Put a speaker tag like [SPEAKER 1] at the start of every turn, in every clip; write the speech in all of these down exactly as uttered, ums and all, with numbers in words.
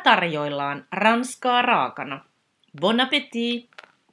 [SPEAKER 1] tarjoillaan ranskaa raakana. Bon appétit!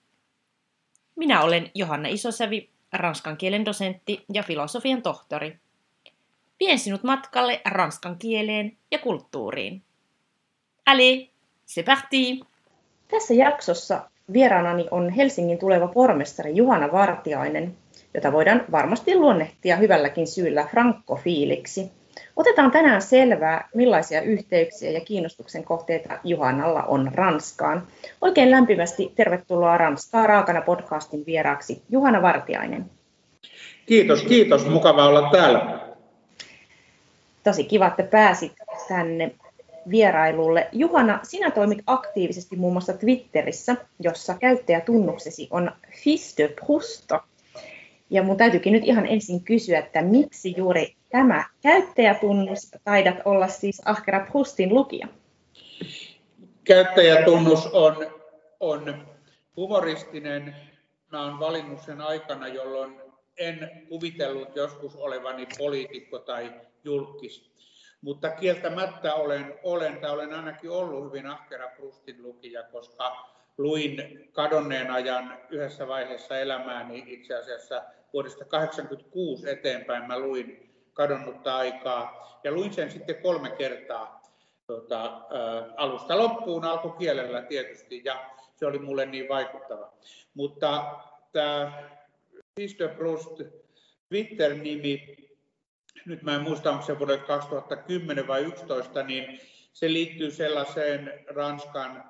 [SPEAKER 1] Minä olen Johanna Isosävi, ranskan kielen dosentti ja filosofian tohtori. Vien sinut matkalle ranskan kieleen ja kulttuuriin. Allez, c'est parti! Tässä jaksossa vieraanani on Helsingin tuleva pormestari Juhana Vartiainen, jota voidaan varmasti luonnehtia hyvälläkin syyllä frankkofiiliksi. Otetaan tänään selvää, millaisia yhteyksiä ja kiinnostuksen kohteita Juhanalla on Ranskaan. Oikein lämpimästi tervetuloa Ranskaa raakana podcastin vieraaksi Juhana Vartiainen.
[SPEAKER 2] Kiitos, kiitos. Mukava olla täällä.
[SPEAKER 1] Tosi kiva, että pääsit tänne vierailulle. Juhana, sinä toimit aktiivisesti muun muassa Twitterissä, jossa käyttäjätunnuksesi on Fils de Proust. Ja mun täytyykin nyt ihan ensin kysyä, että miksi juuri tämä käyttäjätunnus, taidat olla siis ahkera Proustin lukija?
[SPEAKER 2] Käyttäjätunnus on, on humoristinen. Mä oon valinnut sen aikana, jolloin en kuvitellut joskus olevani poliitikko tai julkis. Mutta kieltämättä olen, olen tai olen ainakin ollut hyvin ahkera Proustin lukija, koska luin kadonneen ajan yhdessä vaiheessa elämääni itse asiassa vuodesta kahdeksankymmentäkuusi eteenpäin. Mä luin kadonnutta aikaa ja luin sen sitten kolme kertaa tuota, ä, alusta loppuun alkukielellä tietysti ja se oli mulle niin vaikuttava. Mutta tämä Fils de Proust Twitter-nimi, nyt mä en muista onko se vuodelta kaksituhattakymmenen vai yksitoista, niin se liittyy sellaiseen Ranskan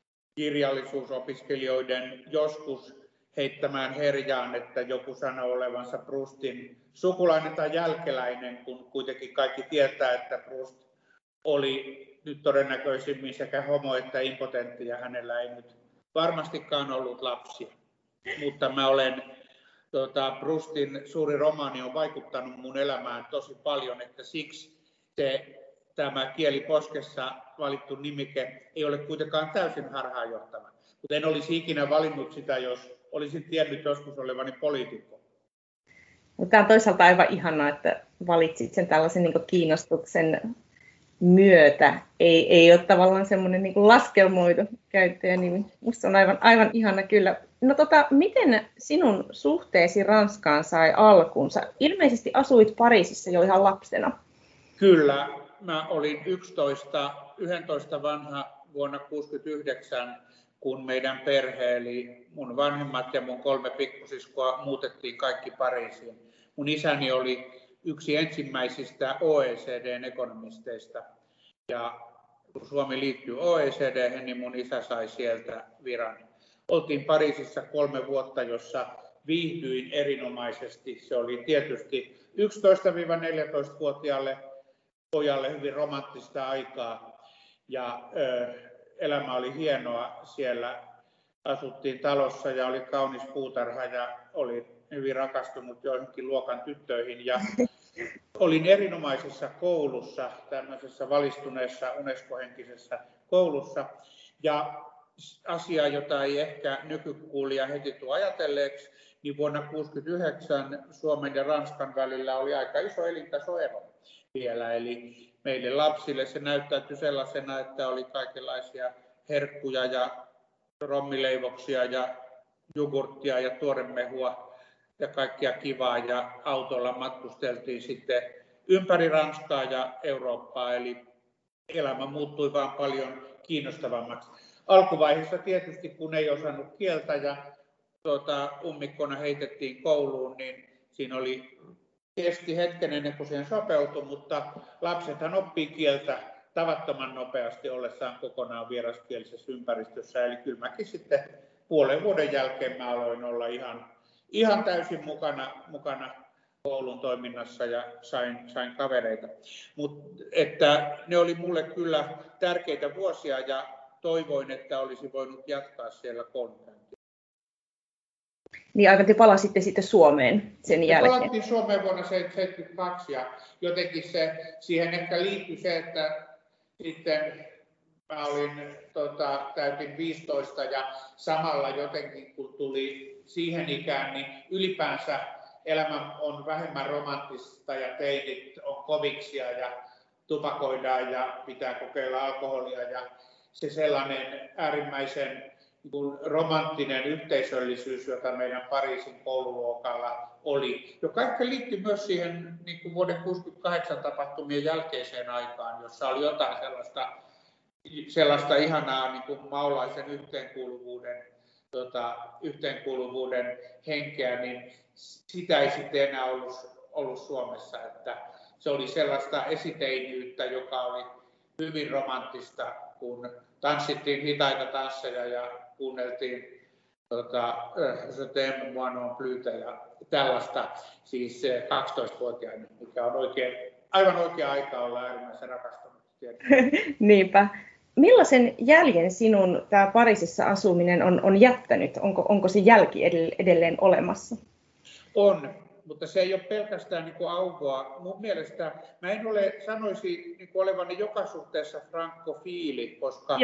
[SPEAKER 2] kirjallisuusopiskelijoiden joskus heittämään herjaan, että joku sanoo olevansa Proustin sukulainen tai jälkeläinen, kun kuitenkin kaikki tietää, että Proust oli nyt todennäköisimmin sekä homo että impotentti ja hänellä ei nyt varmastikaan ollut lapsia. Mutta mä olen, tuota, Proustin suuri romaani on vaikuttanut mun elämään tosi paljon, että siksi se, tämä kieli poskessa valittu nimike ei ole kuitenkaan täysin harhaanjohtava. Mutta en olisi ikinä valinnut sitä, jos olisin tiennyt joskus olevani poliitikko.
[SPEAKER 1] Tämä on toisaalta aivan ihanaa, että valitsit sen tällaisen niin kuin kiinnostuksen myötä. Ei, ei ole tavallaan semmoinen niin kuin laskelmoitu käyttäjänimi. Minusta se on aivan, aivan ihana kyllä. No tota, miten sinun suhteesi Ranskaan sai alkunsa? Ilmeisesti asuit Pariisissa jo ihan lapsena.
[SPEAKER 2] Kyllä. Mä olin yksitoista, yksitoista vanha vuonna tuhatyhdeksänsataakuusikymmentäyhdeksän, kun meidän perhe, eli mun vanhemmat ja mun kolme pikkusiskoa, muutettiin kaikki Pariisiin. Mun isäni oli yksi ensimmäisistä O E C D:n ekonomisteista. Ja kun Suomi liittyi O E C D:hen, niin mun isä sai sieltä viran. Oltiin Pariisissa kolme vuotta, jossa viihdyin erinomaisesti. Se oli tietysti yksitoista-neljätoista-vuotiaalle pojalle hyvin romanttista aikaa ja ö, elämä oli hienoa. Siellä asuttiin talossa ja oli kaunis puutarha ja oli hyvin rakastunut joihinkin luokan tyttöihin ja olin erinomaisessa koulussa, tämmöisessä valistuneessa UNESCO-henkisessä koulussa ja asia, jota ei ehkä nykykuulija heti tule ajatelleeksi, niin vuonna tuhatyhdeksänsataakuusikymmentäyhdeksän Suomen ja Ranskan välillä oli aika iso elintasoero vielä, eli meille lapsille se näyttäytyi sellaisena, että oli kaikenlaisia herkkuja ja rommileivoksia ja jogurttia ja tuoremehua ja kaikkia kivaa ja autolla matkusteltiin sitten ympäri Ranskaa ja Eurooppaa, eli elämä muuttui vaan paljon kiinnostavammaksi. Alkuvaiheessa tietysti, kun ei osannut kieltä ja tuota, ummikkona heitettiin kouluun, niin siinä oli kesti hetken ennen kuin siihen sopeutui, mutta lapsethan oppii kieltä tavattoman nopeasti ollessaan kokonaan vieraskielisessä ympäristössä. Eli kyllä mäkin sitten puolen vuoden jälkeen mä aloin olla ihan, ihan täysin mukana, mukana koulun toiminnassa ja sain, sain kavereita. Mut, että ne oli mulle kyllä tärkeitä vuosia ja toivoin, että olisi voinut jatkaa siellä koulunkäyntiä.
[SPEAKER 1] Niin aivan te palasitte sitten Suomeen sen
[SPEAKER 2] Me
[SPEAKER 1] jälkeen.
[SPEAKER 2] palattiin Suomeen vuonna tuhatyhdeksänsataaseitsemänkymmentäkaksi ja jotenkin se, siihen ehkä liittyi se, että sitten mä olin, tota, täytin viisitoista ja samalla jotenkin kun tuli siihen ikään, niin ylipäänsä elämä on vähemmän romanttista ja teinit on koviksia ja tupakoidaan ja pitää kokeilla alkoholia ja se sellainen äärimmäisen niin kuin romanttinen yhteisöllisyys, jota meidän Pariisin koululuokalla oli, joka ehkä liittyi myös siihen niin kuin vuoden tuhatyhdeksänsataakuusikymmentäkahdeksan tapahtumien jälkeiseen aikaan, jossa oli jotain sellaista, sellaista ihanaa niin kuin maolaisen yhteenkuuluvuuden, tota, yhteenkuuluvuuden henkeä, niin sitä ei sitten enää ollut, ollut Suomessa. Että se oli sellaista esiteiniyttä, joka oli hyvin romanttista, kun tanssittiin hitaita tansseja ja kuunneltiin tota, Je t'aime, moi non plus'tä ja tällaista, siis kaksitoistavuotiaana, mikä on oikein, aivan oikea aika olla äärimmäisen rakastunut.
[SPEAKER 1] Niinpä. Millaisen jäljen sinun tämä Pariisissa asuminen on, on jättänyt? Onko, onko se jälki edelleen olemassa?
[SPEAKER 2] On, mutta se ei ole pelkästään niin kuin auvoa. Mun mielestä mä en ole, sanoisi niin kuin olevani joka suhteessa frankofiili, koska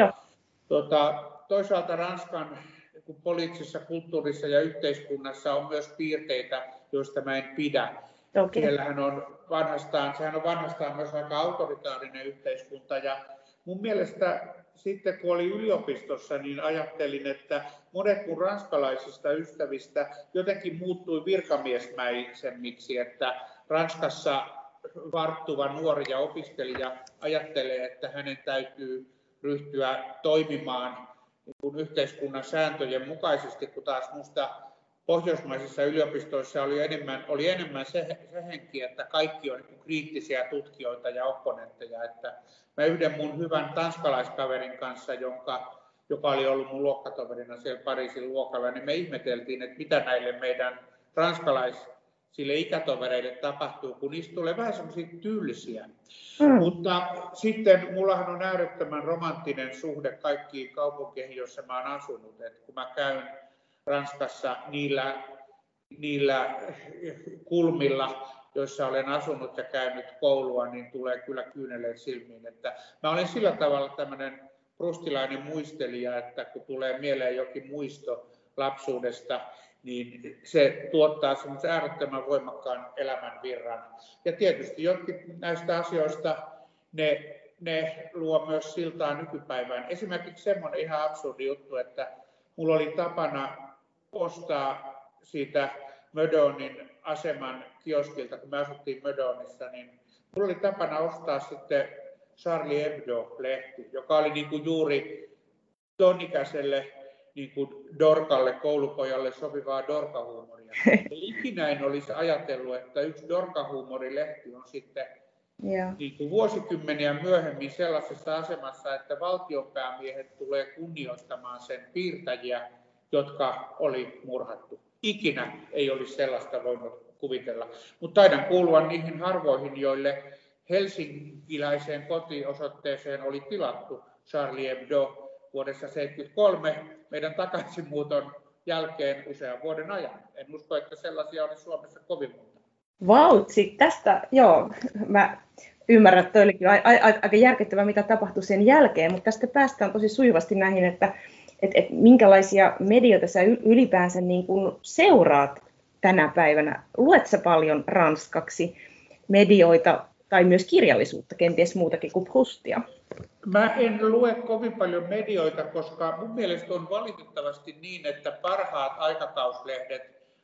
[SPEAKER 2] tuota, toisaalta Ranskan niin kuin poliittisessa kulttuurissa ja yhteiskunnassa on myös piirteitä, joista mä en pidä. Okay. Siellähän on vanhastaan, sehän on vanhastaan myös aika autoritaarinen yhteiskunta ja mun mielestä sitten kun olin yliopistossa, niin ajattelin, että monet mun ranskalaisista ystävistä jotenkin muuttui virkamiesmäisemmiksi, että Ranskassa varttuva nuori ja opiskelija ajattelee, että hänen täytyy ryhtyä toimimaan yhteiskunnan sääntöjen mukaisesti, kun taas musta pohjoismaisissa yliopistoissa oli enemmän, oli enemmän se, se henki, että kaikki on kriittisiä tutkijoita ja opponentteja. Että mä yhden mun hyvän tanskalaiskaverin kanssa, jonka, joka oli ollut mun luokkatoverina siellä Pariisin luokalla, niin me ihmeteltiin, että mitä näille meidän ranskalaisille ikätovereille tapahtuu, kun niistä tulee vähän semmoisia tylsiä. Mm. Mutta sitten mullahan on äärettömän romanttinen suhde kaikkiin kaupunkeihin, joissa mä oon asunut. Et kun mä käyn Ranskassa niillä, niillä kulmilla, joissa olen asunut ja käynyt koulua, niin tulee kyllä kyyneleet silmiin. Että mä olen sillä tavalla tämmöinen prustilainen muistelija, että kun tulee mieleen jokin muisto lapsuudesta, niin se tuottaa semmoisen äärettömän voimakkaan elämänvirran. Ja tietysti jotkin näistä asioista ne, ne luo myös siltaa nykypäivään. Esimerkiksi semmoinen ihan absurdi juttu, että mulla oli tapana ostaa siitä Meudonin aseman kioskilta, kun me asuttiin Meudonissa, niin mulla oli tapana ostaa sitten Charlie Hebdo-lehti, joka oli niin kuin juuri ton ikäiselle niin kuin dorkalle, koulupojalle sopivaa dorkahuumoria. Ikinä en olisi ajatellut, että yksi dorkahuumorilehti on sitten yeah. niin kuin vuosikymmeniä myöhemmin sellaisessa asemassa, että valtionpäämiehet tulee kunnioittamaan sen piirtäjiä, jotka oli murhattu. Ikinä ei olisi sellaista voinut kuvitella. Mutta taidan kuulua niihin harvoihin, joille helsinkiläiseen kotiosoitteeseen oli tilattu Charlie Hebdo vuodessa tuhatyhdeksänsataaseitsemänkymmentäkolme meidän takaisinmuuton jälkeen usean vuoden ajan. En usko, että sellaisia oli Suomessa kovin monta.
[SPEAKER 1] Vautsi, tästä, joo, mä ymmärrän, että toi olikin aika järkyttävää, mitä tapahtui sen jälkeen, mutta tästä päästään tosi sujuvasti näihin, että et, et minkälaisia medioita sä ylipäänsä niin kun seuraat tänä päivänä? Luet sä paljon ranskaksi medioita tai myös kirjallisuutta, kenties muutakin kuin Proustia?
[SPEAKER 2] Mä en lue kovin paljon medioita, koska mun mielestä on valitettavasti niin, että parhaat aikakauslehdet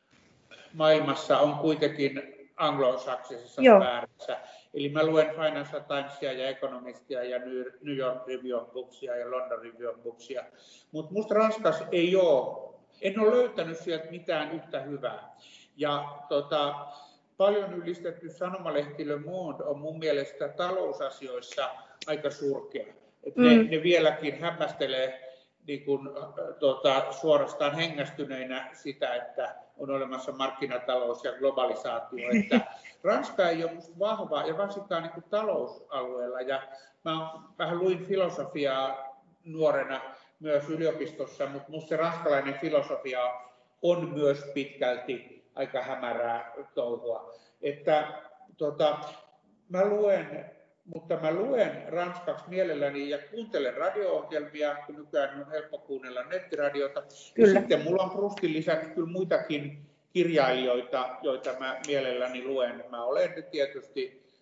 [SPEAKER 2] maailmassa on kuitenkin anglosaksisessa sfäärissä. Eli mä luen Financial Timesia ja Economistia ja New York Review of Booksia ja London Review of Booksia. Mutta musta Ranskassa ei ole, en ole löytänyt sieltä mitään yhtä hyvää. Ja tota, paljon ylistetty sanomalehti Le Monde on mun mielestä talousasioissa aika surkea. Et ne, mm. ne vieläkin hämmästelee niin kun, tota, suorastaan hengästyneinä sitä, että on olemassa markkinatalous ja globalisaatio. Että Ranska ei ole musta vahva, ja varsinkaan niin kuin talousalueella. Ja mä vähän luin filosofiaa nuorena myös yliopistossa, mutta musta se ranskalainen filosofia on myös pitkälti aika hämärää touhua. Että, tota, mä luen, mutta mä luen ranskaksi mielelläni ja kuuntelen radio-ohjelmia, kun nykyään on helppo kuunnella nettiradiota. Kyllä. Ja sitten mulla on Proustin lisäksi kyllä muitakin kirjailijoita, joita mä mielelläni luen. Mä olen tietysti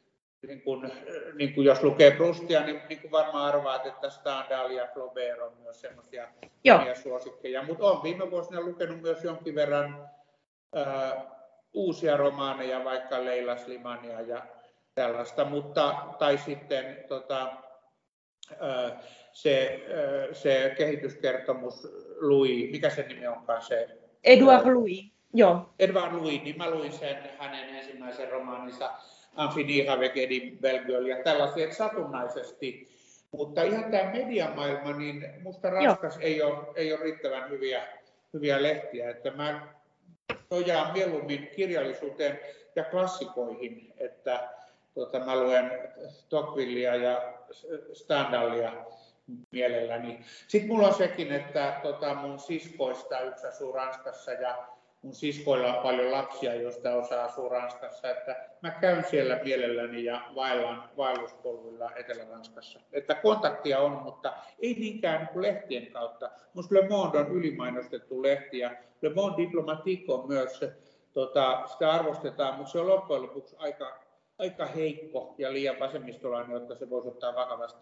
[SPEAKER 2] niin kuin, niin kuin jos lukee Proustia, niin, niin kuin varmaan arvaat, että Stendhal ja Flaubert on myös semmoisia omia suosikkeja. Mutta olen viime vuosina lukenut myös jonkin verran ää, uusia romaaneja, vaikka Leila Slimania ja tällaista, mutta, tai sitten tota, ää, se, ää, se kehityskertomus Louis, mikä sen nimi onkaan se?
[SPEAKER 1] Edouard Louis, joo.
[SPEAKER 2] Edouard Louis, niin mä luin sen hänen ensimmäisen romaaninsa Infinir avec Edith Belgueul ja tällaisia satunnaisesti. Mutta ihan tämä mediamaailma, niin musta Ranskassa ei ole, ei ole riittävän hyviä, hyviä lehtiä. Että mä nojaan mieluummin kirjallisuuteen ja klassikoihin, että tota, mä luen Tocquevillea ja Stendhalia mielelläni. Sitten mulla on sekin, että tota, mun siskoista yksi asuu Ranskassa ja mun siskoilla on paljon lapsia, joista osa asuu Ranskassa, että mä käyn siellä mielelläni ja vaellan vaelluspoluilla Etelä-Ranskassa. Että kontaktia on, mutta ei niinkään niin lehtien kautta. Musta Le Monde on ylimainostettu lehti ja Le Monde Diplomatique on myös, tota, sitä arvostetaan, mutta se on loppujen lopuksi aika, aika heikko ja liian vasemmistolainen, jotta se voisi ottaa vakavasti.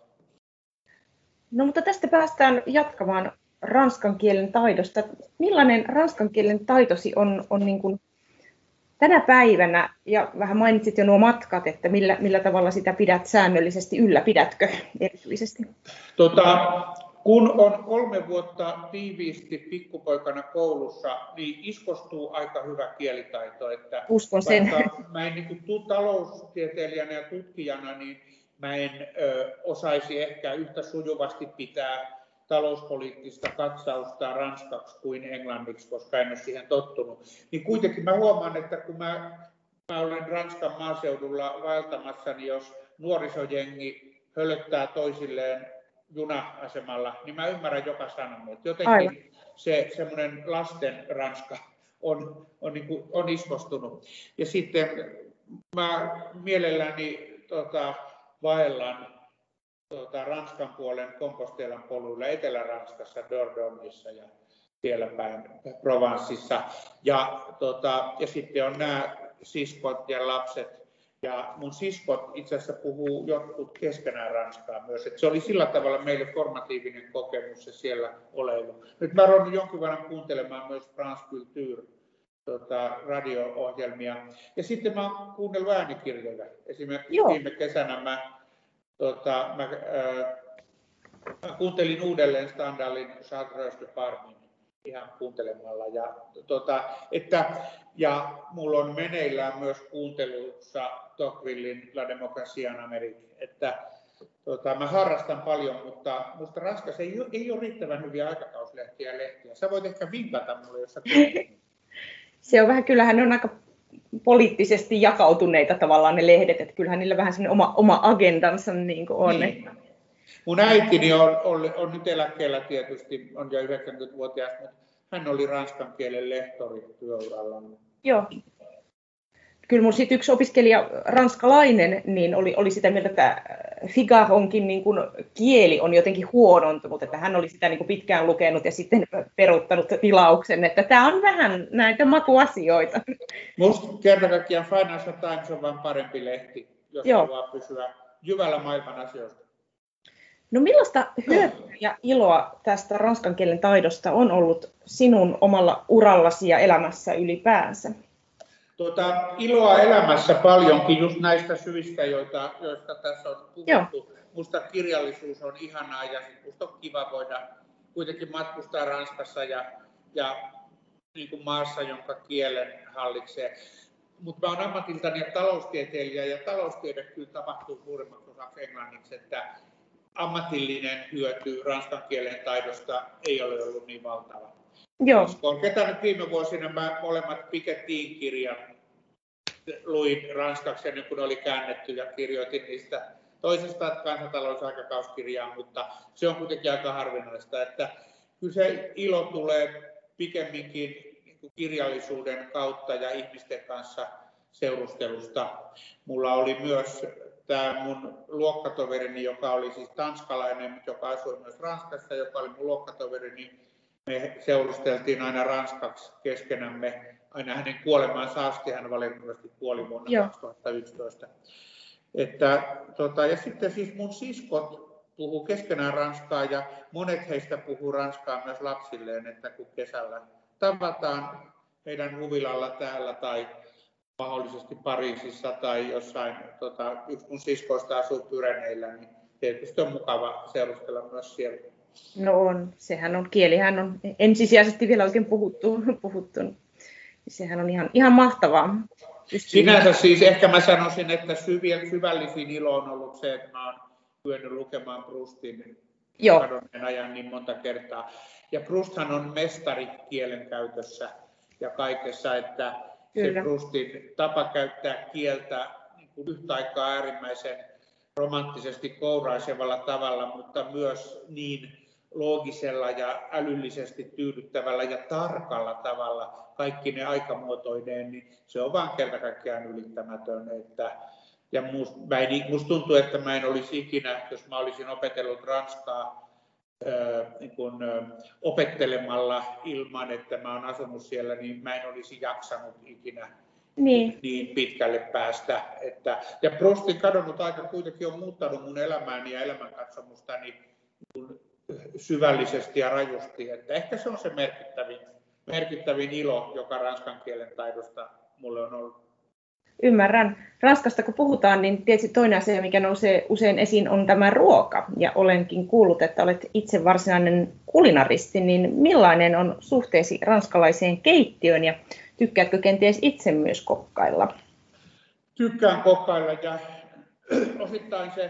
[SPEAKER 1] No mutta tästä päästään jatkamaan ranskan kielen taidosta. Millainen ranskan kielen taitosi on, on niin kuin tänä päivänä, ja vähän mainitsit jo nuo matkat, että millä, millä tavalla sitä pidät säännöllisesti, ylläpidätkö erityisesti?
[SPEAKER 2] Tota, kun on kolme vuotta tiiviisti pikkupoikana koulussa, niin iskostuu aika hyvä kielitaito. Että
[SPEAKER 1] uskon sen.
[SPEAKER 2] Mä en niin kuin taloustieteilijänä ja tutkijana, niin mä en ö, osaisi ehkä yhtä sujuvasti pitää talouspoliittista katsausta ranskaksi kuin englanniksi, koska en ole siihen tottunut. Niin kuitenkin mä huomaan, että kun mä, mä olen Ranskan maaseudulla vaeltamassa, niin jos nuorisojengi hölöttää toisilleen juna-asemalla, niin mä ymmärrän joka sanan. Jotenkin Aivan. se semmoinen lasten ranska on, on, niin kuin, on iskostunut. Ja sitten mä mielelläni tota, vaellan tuota, Ranskan puolen Compostelan poluilla Etelä-Ranskassa, Dordognessa ja siellä päin Provenceissa. Ja, tota, ja sitten on nämä siskot ja lapset. Ja mun siskot itse asiassa puhuu jotkut keskenään ranskaa myös. Et se oli sillä tavalla meille formatiivinen kokemus se siellä oleilu. Nyt mä olen jonkin verran kuuntelemaan myös France Culture tota, radio-ohjelmia. Ja sitten mä oon kuunnellut äänikirjoja. Esimerkiksi Joo. viime kesänä mä Tota, mä, äh, mä kuuntelin uudelleen Stendhalin Chartreuse de Parmin ihan kuuntelemalla. Ja, tota, että, ja mulla on meneillään myös kuuntelussa Tocquevillin La Démocratie en Amérique. Että, tota, mä harrastan paljon, mutta musta Ranskassa ei, ei ole riittävän hyviä aikakauslehtiä ja lehtiä. Sä voit ehkä vinkata mulle, jos sä kuuntelit.
[SPEAKER 1] Se on vähän, kyllähän ne on aika poliittisesti jakautuneita tavallaan ne lehdet, että kyllähän niillä vähän semmoinen oma, oma agendansa niin kuin on. Niin.
[SPEAKER 2] Mun äitini on, on, on nyt eläkkeellä tietysti, on jo yhdeksänkymmentävuotias, mutta hän oli ranskan kielen lehtori työuralla.
[SPEAKER 1] Joo. Kyllä mun sit yksi opiskelija, ranskalainen, niin oli, oli sitä mieltä, että Figaronkin niin kuin kieli on jotenkin huonontunut, että hän oli sitä niin kuin pitkään lukenut ja sitten peruuttanut tilauksen, että tämä on vähän näitä makuasioita.
[SPEAKER 2] Musta kerta kaikkiaan Financial Times on vaan parempi lehti, jos haluaa pysyä jyvällä maailman asioista.
[SPEAKER 1] No millaista hyötyä ja iloa tästä ranskan kielen taidosta on ollut sinun omalla urallasi ja elämässä ylipäänsä?
[SPEAKER 2] Tuota, iloa elämässä paljonkin just näistä syistä, joita, joista tässä on puhuttu. Joo. Musta kirjallisuus on ihanaa ja musta on kiva voida kuitenkin matkustaa Ranskassa ja, ja niin kuin maassa, jonka kielen hallitsee. Mutta mä oon ammatiltani taloustieteilijä ja taloustiede kyllä tapahtuu suurimmaksi osaksi englanniksi, että ammatillinen hyöty ranskan kielen taidosta ei ole ollut niin valtava.
[SPEAKER 1] Joo.
[SPEAKER 2] Olen ketänyt viime vuosina mä molemmat Piketty'n kirjan luin ranskaksi ennen kuin ne oli käännetty ja kirjoitin niistä toisesta kansantalousaikakauskirjaa, mutta se on kuitenkin aika harvinaista, että kyllä se ilo tulee pikemminkin kirjallisuuden kautta ja ihmisten kanssa seurustelusta. Mulla oli myös tämä mun luokkatoverini, joka oli siis tanskalainen, joka asui myös Ranskassa, joka oli mun luokkatoverini. Me seurusteltiin aina ranskaksi keskenämme, aina hänen kuolemaansa asti, hän valitettavasti kuoli vuonna Joo. kaksituhattayksitoista. Että, tota, ja sitten siis mun siskot puhuu keskenään ranskaa ja monet heistä puhuu ranskaa myös lapsilleen, että kun kesällä tavataan heidän huvilalla täällä tai mahdollisesti Pariisissa tai jossain, tota, yksi mun siskoista asuu Pyreneillä, niin tietysti on mukava seurustella myös siellä.
[SPEAKER 1] No on, sehän on, kielihän on ensisijaisesti vielä oikein puhuttu, puhuttu. Sehän on ihan, ihan mahtavaa.
[SPEAKER 2] Sinänsä siis ehkä mä sanoisin, että syvällisin ilo on ollut se, että mä oon kyennyt lukemaan Proustin kadonneen ajan niin monta kertaa. Ja Prousthan on mestari kielenkäytössä ja kaikessa, että Kyllä. se Proustin tapa käyttää kieltä niin kuin yhtä aikaa äärimmäisen romanttisesti kouraisevalla tavalla, mutta myös niin loogisella ja älyllisesti tyydyttävällä ja tarkalla tavalla kaikki ne aikamuotoineen, niin se on vaan kerta kaikkiaan ylittämätön. Että, ja musta, mä en, musta tuntuu, että mä en olisi ikinä, jos mä olisin opetellut ranskaa ää, niin kun, ää, opettelemalla ilman, että mä oon asunut siellä, niin mä en olisi jaksanut ikinä niin, niin pitkälle päästä. Että, ja Proustin kadonnut aika kuitenkin on muuttanut mun elämääni ja elämänkatsomustani syvällisesti ja rajusti. Että ehkä se on se merkittävin, merkittävin ilo, joka ranskan kielen taidosta mulle on ollut.
[SPEAKER 1] Ymmärrän. Ranskasta kun puhutaan, niin tietysti toinen asia, mikä nousee usein esiin, on tämä ruoka. Ja olenkin kuullut, että olet itse varsinainen kulinaristi, niin millainen on suhteesi ranskalaiseen keittiöön ja tykkäätkö kenties itse myös kokkailla?
[SPEAKER 2] Tykkään kokkailla ja osittain se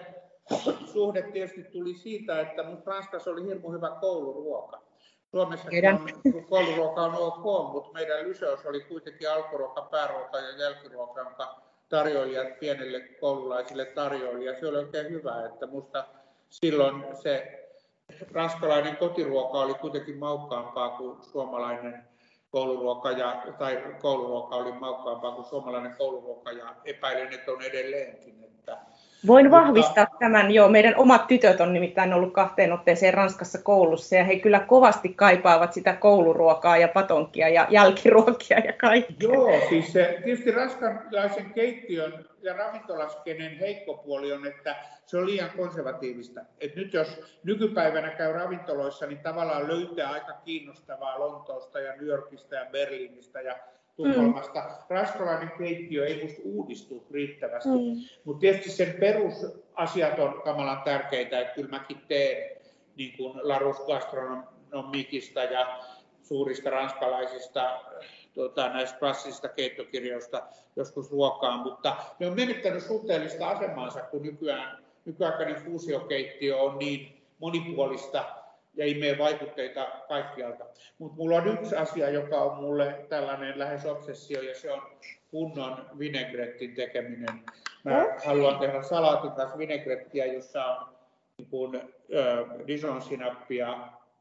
[SPEAKER 2] suhde tietysti tuli siitä, että mun Ranskassa oli hirmu hyvä kouluruoka. Suomessa on, kouluruoka on ok, mutta meidän lyseos oli kuitenkin alkuruoka, pääruoka ja jälkiruoka, jonka tarjoilijat pienelle koululaisille tarjoili. Ja se oli oikein hyvä, että musta silloin se ranskalainen kotiruoka oli kuitenkin maukkaampaa kuin suomalainen kouluruoka, ja, tai kouluruoka oli maukkaampaa kuin suomalainen kouluruoka, ja epäilen, että on edelleenkin. Että
[SPEAKER 1] Voin mutta vahvistaa tämän. Joo, meidän omat tytöt on nimittäin ollut kahteen otteeseen Ranskassa koulussa ja he kyllä kovasti kaipaavat sitä kouluruokaa ja patonkia ja jälkiruokia ja kaikkea.
[SPEAKER 2] Joo, siis se, tietysti ranskalaisen keittiön ja ravintolaskenen heikko puoli on, että se on liian konservatiivista. Et nyt jos nykypäivänä käy ravintoloissa, niin tavallaan löytää aika kiinnostavaa Lontoosta ja New Yorkista ja Berliinistä ja Tukholmasta. Mm. Ranskalainen keittiö ei musta uudistu riittävästi, mm. mutta tietysti sen perusasiat on kamalan tärkeitä, että kyllä mäkin teen niin kuin Larousse Gastronomiquesta ja suurista ranskalaisista tuota, näistä klassisista keittokirjoista joskus ruokaa, mutta ne on menettänyt suhteellista asemansa, kun nykyään, nykyaikainen fuusiokeittiö on niin monipuolista ja imee vaikutteita kaikkialta. Mutta mulla on yksi asia, joka on mulle tällainen lähes obsessio, ja se on kunnon vinegrettin tekeminen. Mä haluan tehdä salaatin kanssa vinegrettiä, jossa on niin kuin, äh, Dijon-sinappia,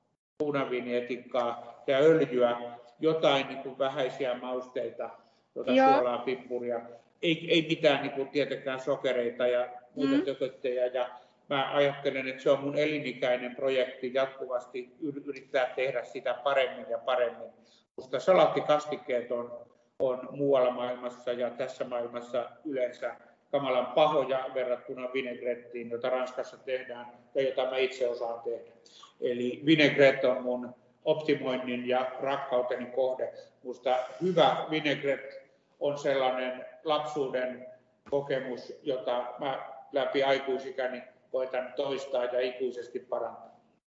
[SPEAKER 2] punaviinietikkaa ja öljyä, jotain niin kuin vähäisiä mausteita, tuota suolaa, pippuria. Ei, ei mitään niin kuin tietenkään sokereita ja muita mm. tököttejä. Ja mä ajattelen, että se on mun elinikäinen projekti jatkuvasti yrittää tehdä sitä paremmin ja paremmin. Musta salaattikastikkeet on, on muualla maailmassa ja tässä maailmassa yleensä kamalan pahoja verrattuna vinegrettiin, jota Ranskassa tehdään ja jota mä itse osaan tehdä. Eli vinaigrette on mun optimoinnin ja rakkauteni kohde. Musta hyvä vinaigrette on sellainen lapsuuden kokemus, jota mä läpi aikuisikäni koitan toistaa ja ikuisesti parantaa.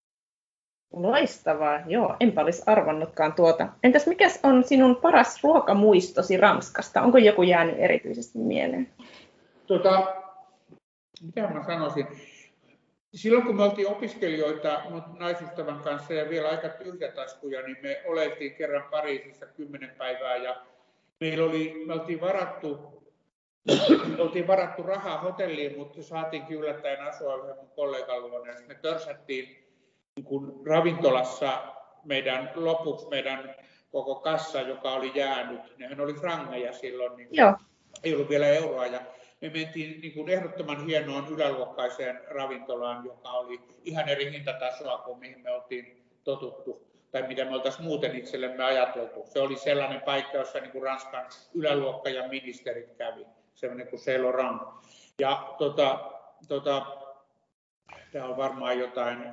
[SPEAKER 1] Loistavaa, joo, enpä olisi arvannutkaan tuota. Entäs mikä on sinun paras ruokamuistosi Ranskasta? Onko joku jäänyt erityisesti mieleen?
[SPEAKER 2] Tota, mitä mä sanoisin? Silloin kun me oltiin opiskelijoita naisystävän kanssa ja vielä aika tyhjätaskuja, niin me oltiin kerran Pariisissa kymmenen päivää ja meillä oli, me oltiin varattu, oltiin varattu rahaa hotelliin, mutta saatiinkin yllättäen asua yhden mun kollegan luona. Me törsättiin niin kuin ravintolassa meidän lopuksi meidän koko kassa, joka oli jäänyt. Nehän oli frangeja silloin, niin ei ollut vielä euroa. Ja me mentiin niin kuin ehdottoman hienoon yläluokkaiseen ravintolaan, joka oli ihan eri hintatasoa kuin mihin me oltiin totuttu tai mitä me oltaisiin muuten itsellemme ajateltu. Se oli sellainen paikka, jossa niin kuin Ranskan yläluokka ja ministerit kävi, sellainen kuin Saint Laurent. Ja tota, tota, tämä on varmaan jotain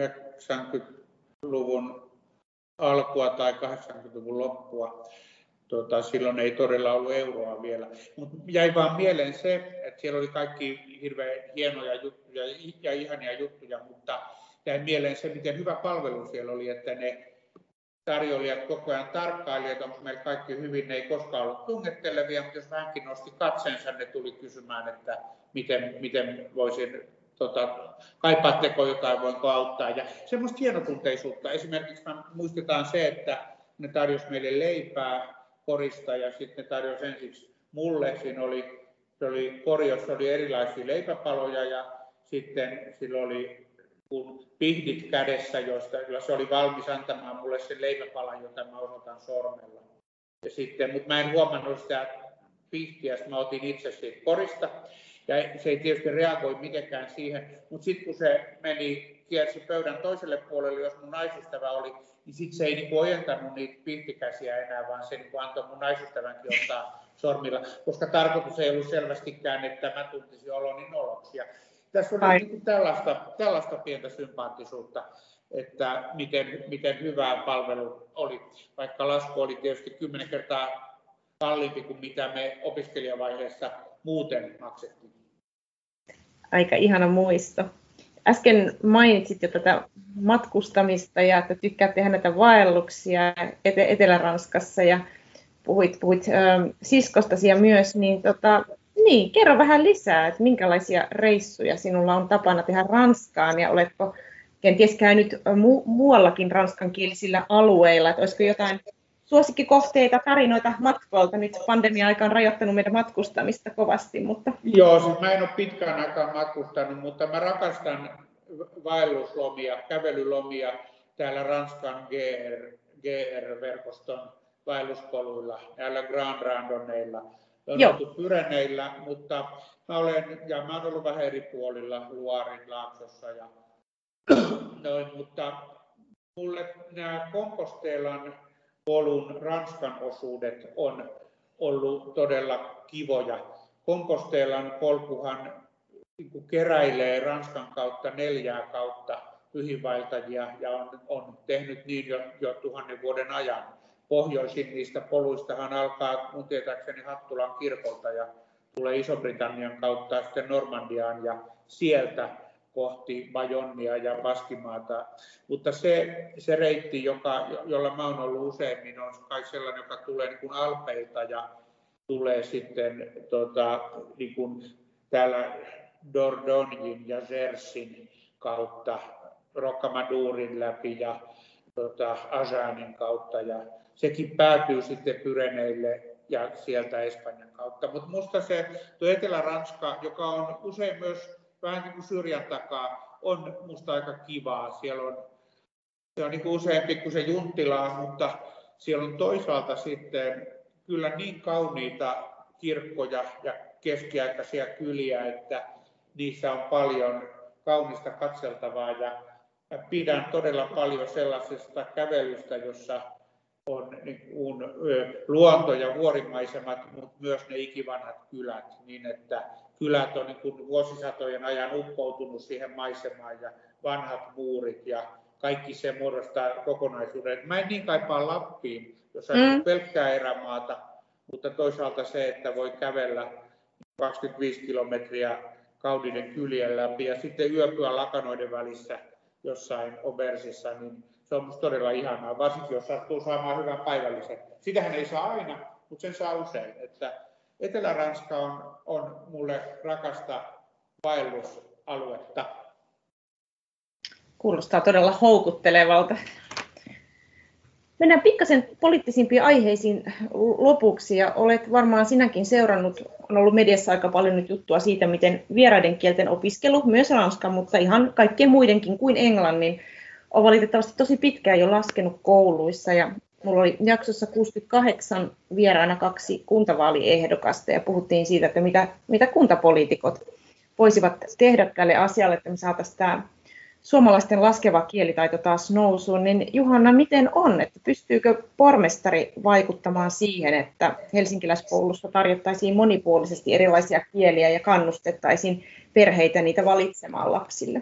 [SPEAKER 2] yhdeksänkymmentäluvun alkua tai kahdeksankymmentäluvun loppua. Tota, silloin ei todella ollut euroa vielä. Mutta jäi vaan mieleen se, että siellä oli kaikki hirveän hienoja juttuja ja ihania juttuja, mutta jäi mieleen se, miten hyvä palvelu siellä oli, että ne tarjoilijat koko ajan tarkkailivat, onko meillä kaikki hyvin, ne ei koskaan ollut tungettelevia, mutta jos vähänkin nosti katseensa, ne tuli kysymään, että miten, miten voisin, tota, kaipaatteko jotain, voinko auttaa. Ja semmoista hienotunteisuutta, esimerkiksi muistetaan se, että ne tarjosi meille leipää korista ja sitten ne tarjosi ensiksi mulle, siinä oli, se oli kori, jossa oli erilaisia leipäpaloja ja sitten sillä oli kun pihdit kädessä, joista se oli valmis antamaan mulle sen leipäpalan, jota mä osoitan sormella. Ja sitten, mutta mä en huomannut sitä pihtiä, mä otin itse siitä korista. Ja se ei tietysti reagoi mitenkään siihen, mutta sitten kun se meni, kiersi pöydän toiselle puolelle, jos mun naisystävä oli, niin sitten se ei niinku ojentanut niitä pihtikäsiä enää, vaan se niinku antoi mun naisystävänkin ottaa sormilla, koska tarkoitus ei ollut selvästikään, että mä tuntisin oloni noloksi. Tässä oli niin tällaista, tällaista pientä sympaattisuutta, että miten, miten hyvää palvelu oli, vaikka lasku oli tietysti kymmenen kertaa kalliimpi kuin mitä me opiskelijavaiheessa muuten maksettiin.
[SPEAKER 3] Aika ihana muisto. Äsken mainitsit jo tätä matkustamista ja että tykkäät tehdä näitä vaelluksia Etelä-Ranskassa ja puhuit, puhuit ähm, siskostasi ja myös, niin tota, Niin, kerro vähän lisää, että minkälaisia reissuja sinulla on tapana tehdä Ranskaan ja oletko kenties käynyt mu- muuallakin ranskankielisillä alueilla, että olisiko jotain suosikkikohteita, tarinoita matkoilta? Nyt pandemia-aika on rajoittanut meidän matkustamista kovasti, mutta...
[SPEAKER 2] Joo, siis mä en ole pitkään aikaan matkustanut, mutta mä rakastan vaelluslomia, kävelylomia täällä Ranskan G R, G R-verkoston vaelluspoluilla, näillä Grand Randonneilla. On oltu Pyreneillä, mutta mä olen, ja mä olen ollut vähän eri puolilla, Luarin laaksossa ja noin, mutta mulle nämä Compostelan polun Ranskan osuudet on ollut todella kivoja. Compostelan polkuhan niin keräilee Ranskan kautta neljää kautta pyhinvaeltajia ja on, on tehnyt niin jo, jo tuhannen vuoden ajan. Pohjoisin niistä poluistahan alkaa mun tietääkseni Hattulan kirkolta ja tulee Iso-Britannian kautta sitten Normandiaan ja sieltä kohti Bayonnia ja Baskimaata. Mutta se, se reitti, joka, jolla mä oon ollut useimmin, on kai sellainen, joka tulee niin kuin Alpeilta ja tulee sitten tota, niin kuin täällä Dordogne ja Jersin kautta Rocamadurin läpi ja tota, Ajanin kautta. Ja sekin päätyy sitten Pyreneille ja sieltä Espanjan kautta. Mutta minusta se tuo Etelä-Ranska, joka on usein myös vähän niin kuin syrjän takaa, on minusta aika kivaa. Siellä on, se on niin kuin useampi kuin se Junttila, mutta siellä on toisaalta sitten kyllä niin kauniita kirkkoja ja keskiaikaisia kyliä, että niissä on paljon kaunista katseltavaa. Ja pidän todella paljon sellaisesta kävelystä, jossa on niin kuin luonto ja vuorimaisemat, mutta myös ne ikivanhat kylät, niin että kylät on niin kuin vuosisatojen ajan uppoutunut siihen maisemaan ja vanhat muurit ja kaikki se muodostaa kokonaisuuden. Mä en niin kaipaa Lappiin, jos on mm. pelkkää erämaata, mutta toisaalta se, että voi kävellä kaksikymmentäviisi kilometriä kauniiden kylien läpi ja sitten yöpyä lakanoiden välissä jossain obersissa, niin se on musta todella ihanaa, varsinkin jos sattuu saamaan hyvän päivällisen. Sitähän ei saa aina, mutta sen saa usein. Että Etelä-Ranska on, on mulle rakasta vaellusaluetta.
[SPEAKER 3] Kuulostaa todella houkuttelevalta. Mennään pikkasen poliittisimpiin aiheisiin lopuksi. Ja olet varmaan sinäkin seurannut, on ollut mediassa aika paljon nyt juttua siitä, miten vieraiden kielten opiskelu, myös ranskan, mutta ihan kaikkien muidenkin kuin englannin, on valitettavasti tosi pitkään jo laskenut kouluissa. Ja mulla oli jaksossa kuusikymmentäkahdeksan vieraana kaksi kuntavaaliehdokasta ja puhuttiin siitä, että mitä, mitä kuntapoliitikot voisivat tehdä tälle asialle, että me saataisiin tämä suomalaisten laskeva kielitaito taas nousuun, niin Juhanna, miten on, että pystyykö pormestari vaikuttamaan siihen, että helsinkiläiskoulussa tarjottaisiin monipuolisesti erilaisia kieliä ja kannustettaisiin perheitä niitä valitsemaan lapsille?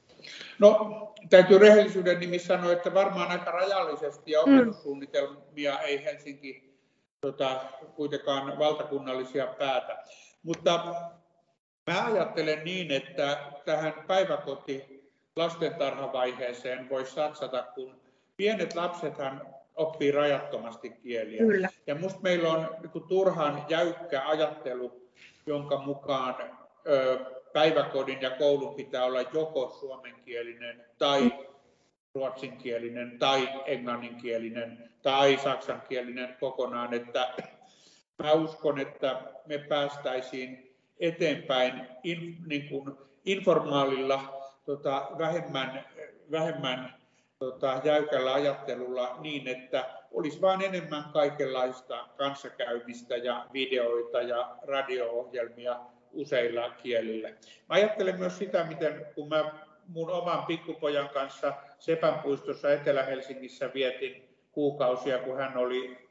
[SPEAKER 2] No, täytyy rehellisyyden nimissä sanoa, että varmaan aika rajallisesti ja opetussuunnitelmia ei Helsinki tota, kuitenkaan valtakunnallisia päätä. Mutta mä ajattelen niin, että tähän päiväkoti lastentarhavaiheeseen voisi satsata, kun pienet lapsethan oppii rajattomasti kieliä.
[SPEAKER 3] Kyllä.
[SPEAKER 2] Ja musta meillä on niin turhan jäykkä ajattelu, jonka mukaan ö, päiväkodin ja koulun pitää olla joko suomenkielinen tai ruotsinkielinen tai englanninkielinen tai saksankielinen kokonaan. Että mä uskon, että me päästäisiin eteenpäin in, niin kuin informaalilla, tota, vähemmän, vähemmän tota, jäykällä ajattelulla niin, että olisi vain enemmän kaikenlaista kanssakäymistä ja videoita ja radio-ohjelmia useilla kielillä. Mä ajattelen myös sitä, miten kun mä mun oman pikkupojan kanssa Sepänpuistossa Etelä-Helsingissä vietin kuukausia, kun hän oli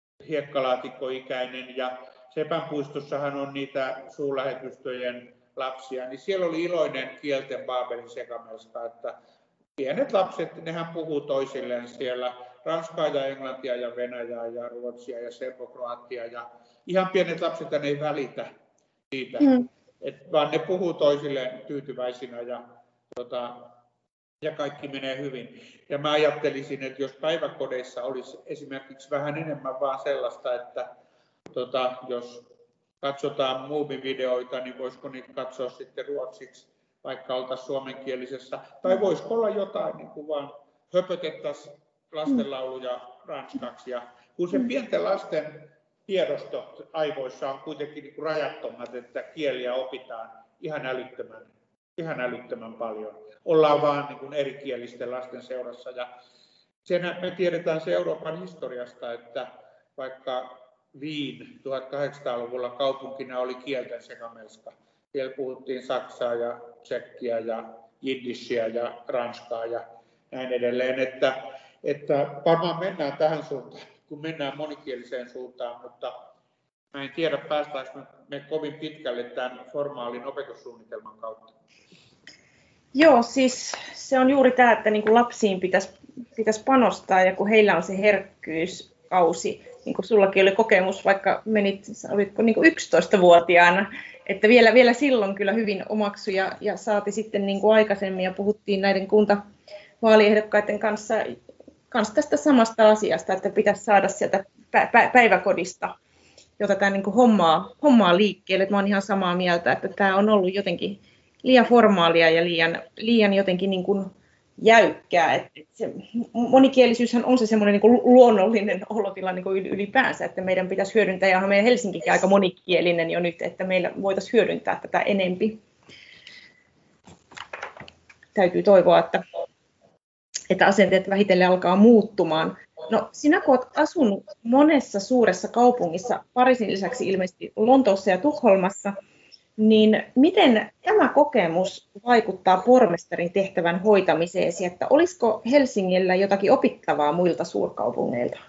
[SPEAKER 2] hiekkalaatikkoikäinen ja Sepänpuistossahan on niitä suurlähetystöjen lapsia, niin siellä oli iloinen kielten Baabelin sekamelska, että pienet lapset, nehän puhuu toisilleen siellä ranskaa ja englantia ja venäjää ja ruotsia ja serbokroatia ja ihan pienet lapset ei välitä siitä, mm. et, vaan ne puhuu toisilleen tyytyväisinä ja, tota, ja kaikki menee hyvin. Ja mä ajattelisin, että jos päiväkodeissa olisi esimerkiksi vähän enemmän vaan sellaista, että tota, jos katsotaan muumivideoita, niin voisiko niitä katsoa sitten ruotsiksi, vaikka oltaisiin suomenkielisessä. Tai voisiko olla jotain, niin kuin vaan höpötettäisiin lastenlauluja ranskaksi. Ja kun se pienten lasten tiedostot aivoissa on kuitenkin niin kuin rajattomat, että kieliä opitaan ihan älyttömän, ihan älyttömän paljon. Ollaan vaan niin kuin erikielisten lasten seurassa. Ja sen me tiedetään se Euroopan historiasta, että vaikka Wien tuhatkahdeksansataaluvulla kaupunkina oli kielten sekamelska. Siellä puhuttiin saksaa ja tsekkiä ja jiddishiä ja ranskaa ja näin edelleen. Että, että varmaan mennään tähän suuntaan, kun mennään monikieliseen suuntaan, mutta mä en tiedä päästäänkö me kovin pitkälle tämän formaalin opetussuunnitelman kautta.
[SPEAKER 3] Joo, siis se on juuri tämä, että niin kuin lapsiin pitäisi, pitäisi panostaa ja kun heillä on se herkkyyskausi, niin kuin sullakin oli kokemus, vaikka menit, olitko niin kuin yksitoistavuotiaana, että vielä, vielä silloin kyllä hyvin omaksu ja, ja saati sitten niin kuin aikaisemmin ja puhuttiin näiden kuntavaaliehdokkaiden kanssa, kanssa tästä samasta asiasta, että pitäisi saada sieltä pä- päiväkodista jota tämä niin kuin hommaa, hommaa liikkeelle. Että mä olen ihan samaa mieltä, että tämä on ollut jotenkin liian formaalia ja liian, liian jotenkin niin kuin jäykkää. Että se, monikielisyyshän on se semmoinen niin kuin luonnollinen olotila niin kuin ylipäänsä, että meidän pitäisi hyödyntää, ja meidän Helsinkikin aika monikielinen jo nyt, että meillä voitaisiin hyödyntää tätä enempi. Täytyy toivoa, että, että asenteet vähitellen alkaa muuttumaan. No, sinä kun olet asunut monessa suuressa kaupungissa, Pariisin lisäksi ilmeisesti Lontoossa ja Tukholmassa, niin miten tämä kokemus vaikuttaa pormestarin tehtävän hoitamiseesi, että olisiko Helsingillä jotakin opittavaa muilta suurkaupungeilta?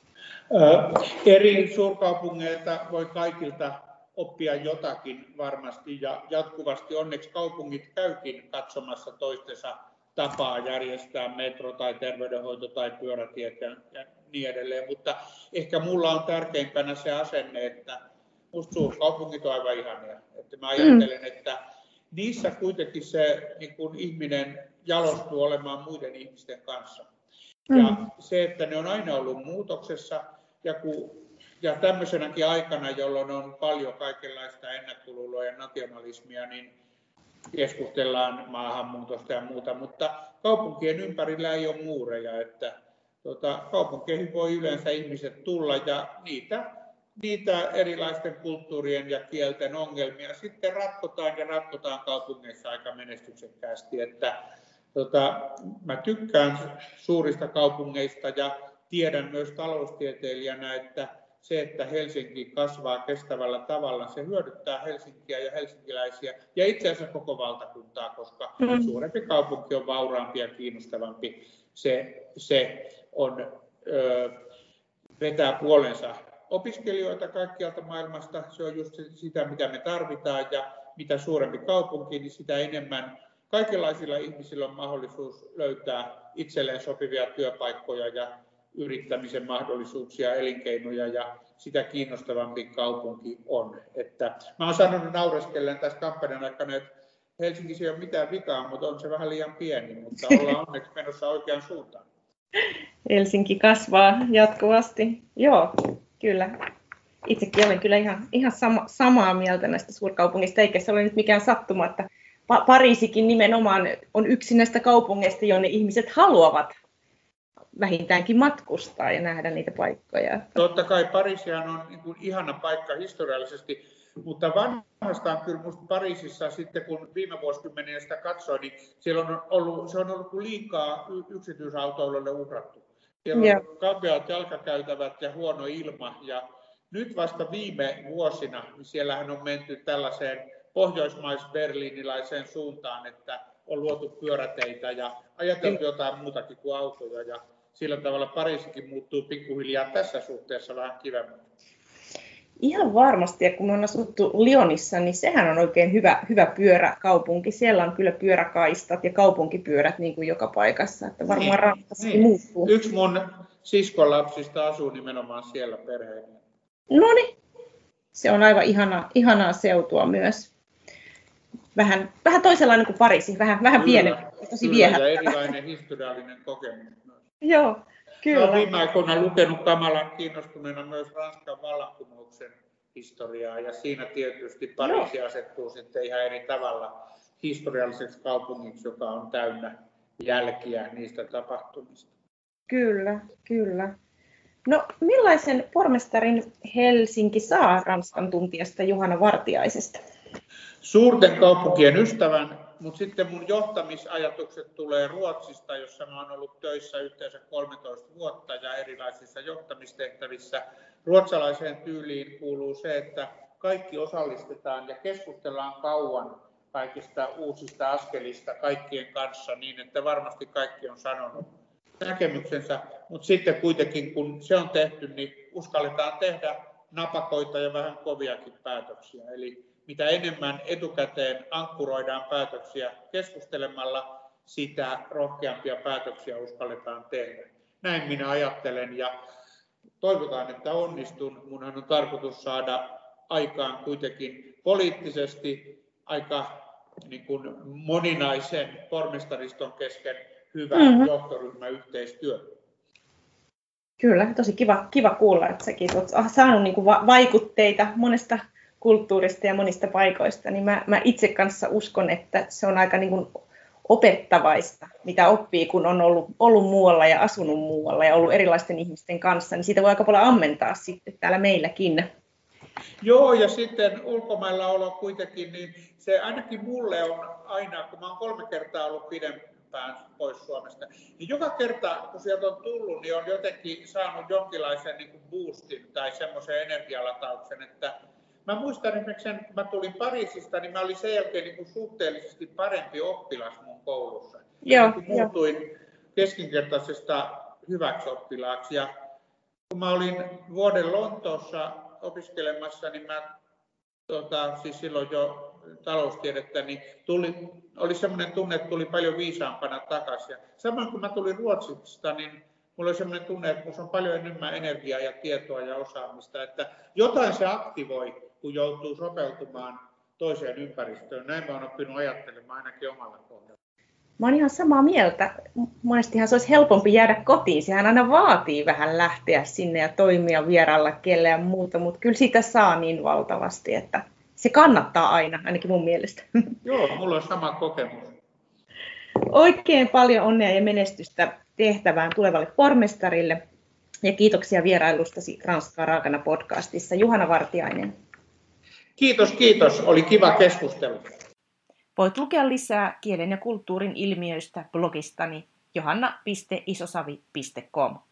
[SPEAKER 2] Eri suurkaupungeilta voi kaikilta oppia jotakin varmasti, ja jatkuvasti onneksi kaupungit käykin katsomassa toistensa tapaa järjestää metro tai terveydenhoito tai pyörätiet ja, ja niin edelleen, mutta ehkä mulla on tärkeimpänä se asenne, että musta suurkaupungit on aivan ihania. Että mä ajattelen, että niissä kuitenkin se niin kun ihminen jalostuu olemaan muiden ihmisten kanssa. Ja se, että ne on aina ollut muutoksessa ja, kun, ja tämmöisenäkin aikana, jolloin on paljon kaikenlaista ennakkoluuloa ja nationalismia, niin keskustellaan maahanmuutosta ja muuta, mutta kaupunkien ympärillä ei ole muureja, että tota, kaupunkeihin voi yleensä ihmiset tulla ja niitä, niitä erilaisten kulttuurien ja kielten ongelmia sitten ratkotaan ja ratkotaan kaupungeissa aika menestyksekkäästi, että tota, mä tykkään suurista kaupungeista ja tiedän myös taloustieteilijänä, että se, että Helsinki kasvaa kestävällä tavalla, se hyödyttää Helsinkiä ja helsinkiläisiä ja itse asiassa koko valtakuntaa, koska mm. suurempi kaupunki on vauraampi ja kiinnostavampi. Se, se on, ö, vetää puolensa opiskelijoita kaikkialta maailmasta. Se on just sitä, mitä me tarvitaan, ja mitä suurempi kaupunki, niin sitä enemmän kaikenlaisilla ihmisillä on mahdollisuus löytää itselleen sopivia työpaikkoja ja yrittämisen mahdollisuuksia, elinkeinoja, ja sitä kiinnostavampi kaupunki on. Että mä oon sanonut naureskellen tässä kampanjan aikana, että Helsingissä ei ole mitään vikaa, mutta on se vähän liian pieni, mutta ollaan onneksi menossa oikeaan suuntaan.
[SPEAKER 3] Helsinki kasvaa jatkuvasti. Joo, kyllä. Itsekin olen kyllä ihan, ihan sama, samaa mieltä näistä suurkaupungista, eikä se ole nyt mikään sattuma, että pa- Pariisikin nimenomaan on yksi näistä kaupungeista, jonne ihmiset haluavat vähintäänkin matkustaa ja nähdä niitä paikkoja.
[SPEAKER 2] Totta kai Pariisihan on niin kuin ihana paikka historiallisesti, mutta vanhastaan kyllä minusta Pariisissa sitten, kun viime vuosikymmeniä sitä katsoin, niin siellä on ollut, se on ollut liikaa yksityisautoilulle uhrattu. Siellä on yeah. kapeat jalkakäytävät ja huono ilma, ja nyt vasta viime vuosina niin siellähän on menty tällaiseen pohjoismais-berliiniläiseen suuntaan, että on luotu pyöräteitä ja ajateltu jotain muutakin kuin autoja, ja sillä tavalla Pariisikin muuttuu pikkuhiljaa tässä suhteessa vähän kivemmäksi.
[SPEAKER 3] Ihan varmasti, ja kun me on asuttu Lyonissa, niin sehän on oikein hyvä, hyvä pyöräkaupunki. Siellä on kyllä pyöräkaistat ja kaupunkipyörät niin kuin joka paikassa, että varmaan niin, Ranskassakin niin. muuttuu.
[SPEAKER 2] Yksi mun siskon lapsista asuu nimenomaan siellä perheen.
[SPEAKER 3] No niin, se on aivan ihana, ihanaa seutua myös. Vähän, vähän toisenlainen kuin Pariisi, vähän, vähän pienempi, tosi viehättävä.
[SPEAKER 2] Ja erilainen historiallinen kokemus myös.
[SPEAKER 3] Joo, kyllä.
[SPEAKER 2] Olen viime aikoina lukenut kamalan kiinnostuneena myös Ranskan vallankumouksen historiaa, ja siinä tietysti Pariisi Joo. asettuu sitten ihan eri tavalla historialliseksi kaupungiksi, joka on täynnä jälkiä niistä tapahtumista.
[SPEAKER 3] Kyllä, kyllä. No, millaisen pormestarin Helsinki saa Ranskan tuntijasta Juhana Vartiaisesta?
[SPEAKER 2] Suurten kaupunkien ystävän, mutta sitten mun johtamisajatukset tulee Ruotsista, jossa mä oon ollut töissä yhteensä kolmetoista vuotta ja erilaisissa johtamistehtävissä. Ruotsalaiseen tyyliin kuuluu se, että kaikki osallistetaan ja keskustellaan kauan kaikista uusista askelista kaikkien kanssa niin, että varmasti kaikki on sanonut näkemyksensä, mutta sitten kuitenkin kun se on tehty, niin uskalletaan tehdä napakoita ja vähän koviakin päätöksiä. Eli mitä enemmän etukäteen ankkuroidaan päätöksiä keskustelemalla, sitä rohkeampia päätöksiä uskalletaan tehdä. Näin minä ajattelen, ja toivotaan, että onnistun. Munhan on tarkoitus saada aikaan kuitenkin poliittisesti aika niin kuin moninaisen pormestariston kesken hyvä mm-hmm. johtoryhmäyhteistyö.
[SPEAKER 3] Kyllä, tosi kiva, kiva kuulla, että säkin olet saanut niin kuin vaikutteita monesta kulttuurista ja monista paikoista, niin mä, mä itse kanssa uskon, että se on aika niin kuin opettavaista, mitä oppii, kun on ollut, ollut muualla ja asunut muualla ja ollut erilaisten ihmisten kanssa, niin siitä voi aika paljon ammentaa sitten täällä meilläkin.
[SPEAKER 2] Joo, ja sitten ulkomailla olo kuitenkin, niin se ainakin mulle on aina, kun mä oon kolme kertaa ollut pidempään pois Suomesta, niin joka kerta, kun sieltä on tullut, niin on jotenkin saanut jonkinlaisen niin kuin boostin tai semmoisen energialatauksen, että mä muistan esimerkiksi sen, kun mä tulin Pariisista, niin mä olin sen jälkeen niin kuin suhteellisesti parempi oppilas mun koulussa.
[SPEAKER 3] Joo,
[SPEAKER 2] kun muutuin jo. keskinkertaisesta hyväksi oppilaaksi. Ja kun mä olin vuoden Lontoossa opiskelemassa, niin mä tota, siis silloin jo taloustiedettä, niin tuli, oli semmoinen tunne, että tuli paljon viisaampana takaisin. Ja samoin kun mä tulin Ruotsista, niin mulla oli semmoinen tunne, että minulla on paljon enemmän energiaa ja tietoa ja osaamista, että jotain se aktivoi, kun joutuu sopeutumaan toiseen ympäristöön. Näin mä oon oppinut ajattelemaan ainakin omalla kohdalla.
[SPEAKER 3] Mä oon ihan samaa mieltä. Monestihan se olisi helpompi jäädä kotiin. Sehän aina vaatii vähän lähteä sinne ja toimia vieraalla kielellä ja muuta, mutta kyllä siitä saa niin valtavasti, että se kannattaa aina, ainakin mun mielestä.
[SPEAKER 2] Joo, mulla on sama kokemus.
[SPEAKER 3] Oikein paljon onnea ja menestystä tehtävään tulevalle pormestarille ja kiitoksia vierailustasi Ranskaa raakana podcastissa, Juhana Vartiainen.
[SPEAKER 2] Kiitos, kiitos. Oli kiva keskustelu.
[SPEAKER 1] Voit lukea lisää kielen ja kulttuurin ilmiöistä blogistani johanna piste isosavi piste com.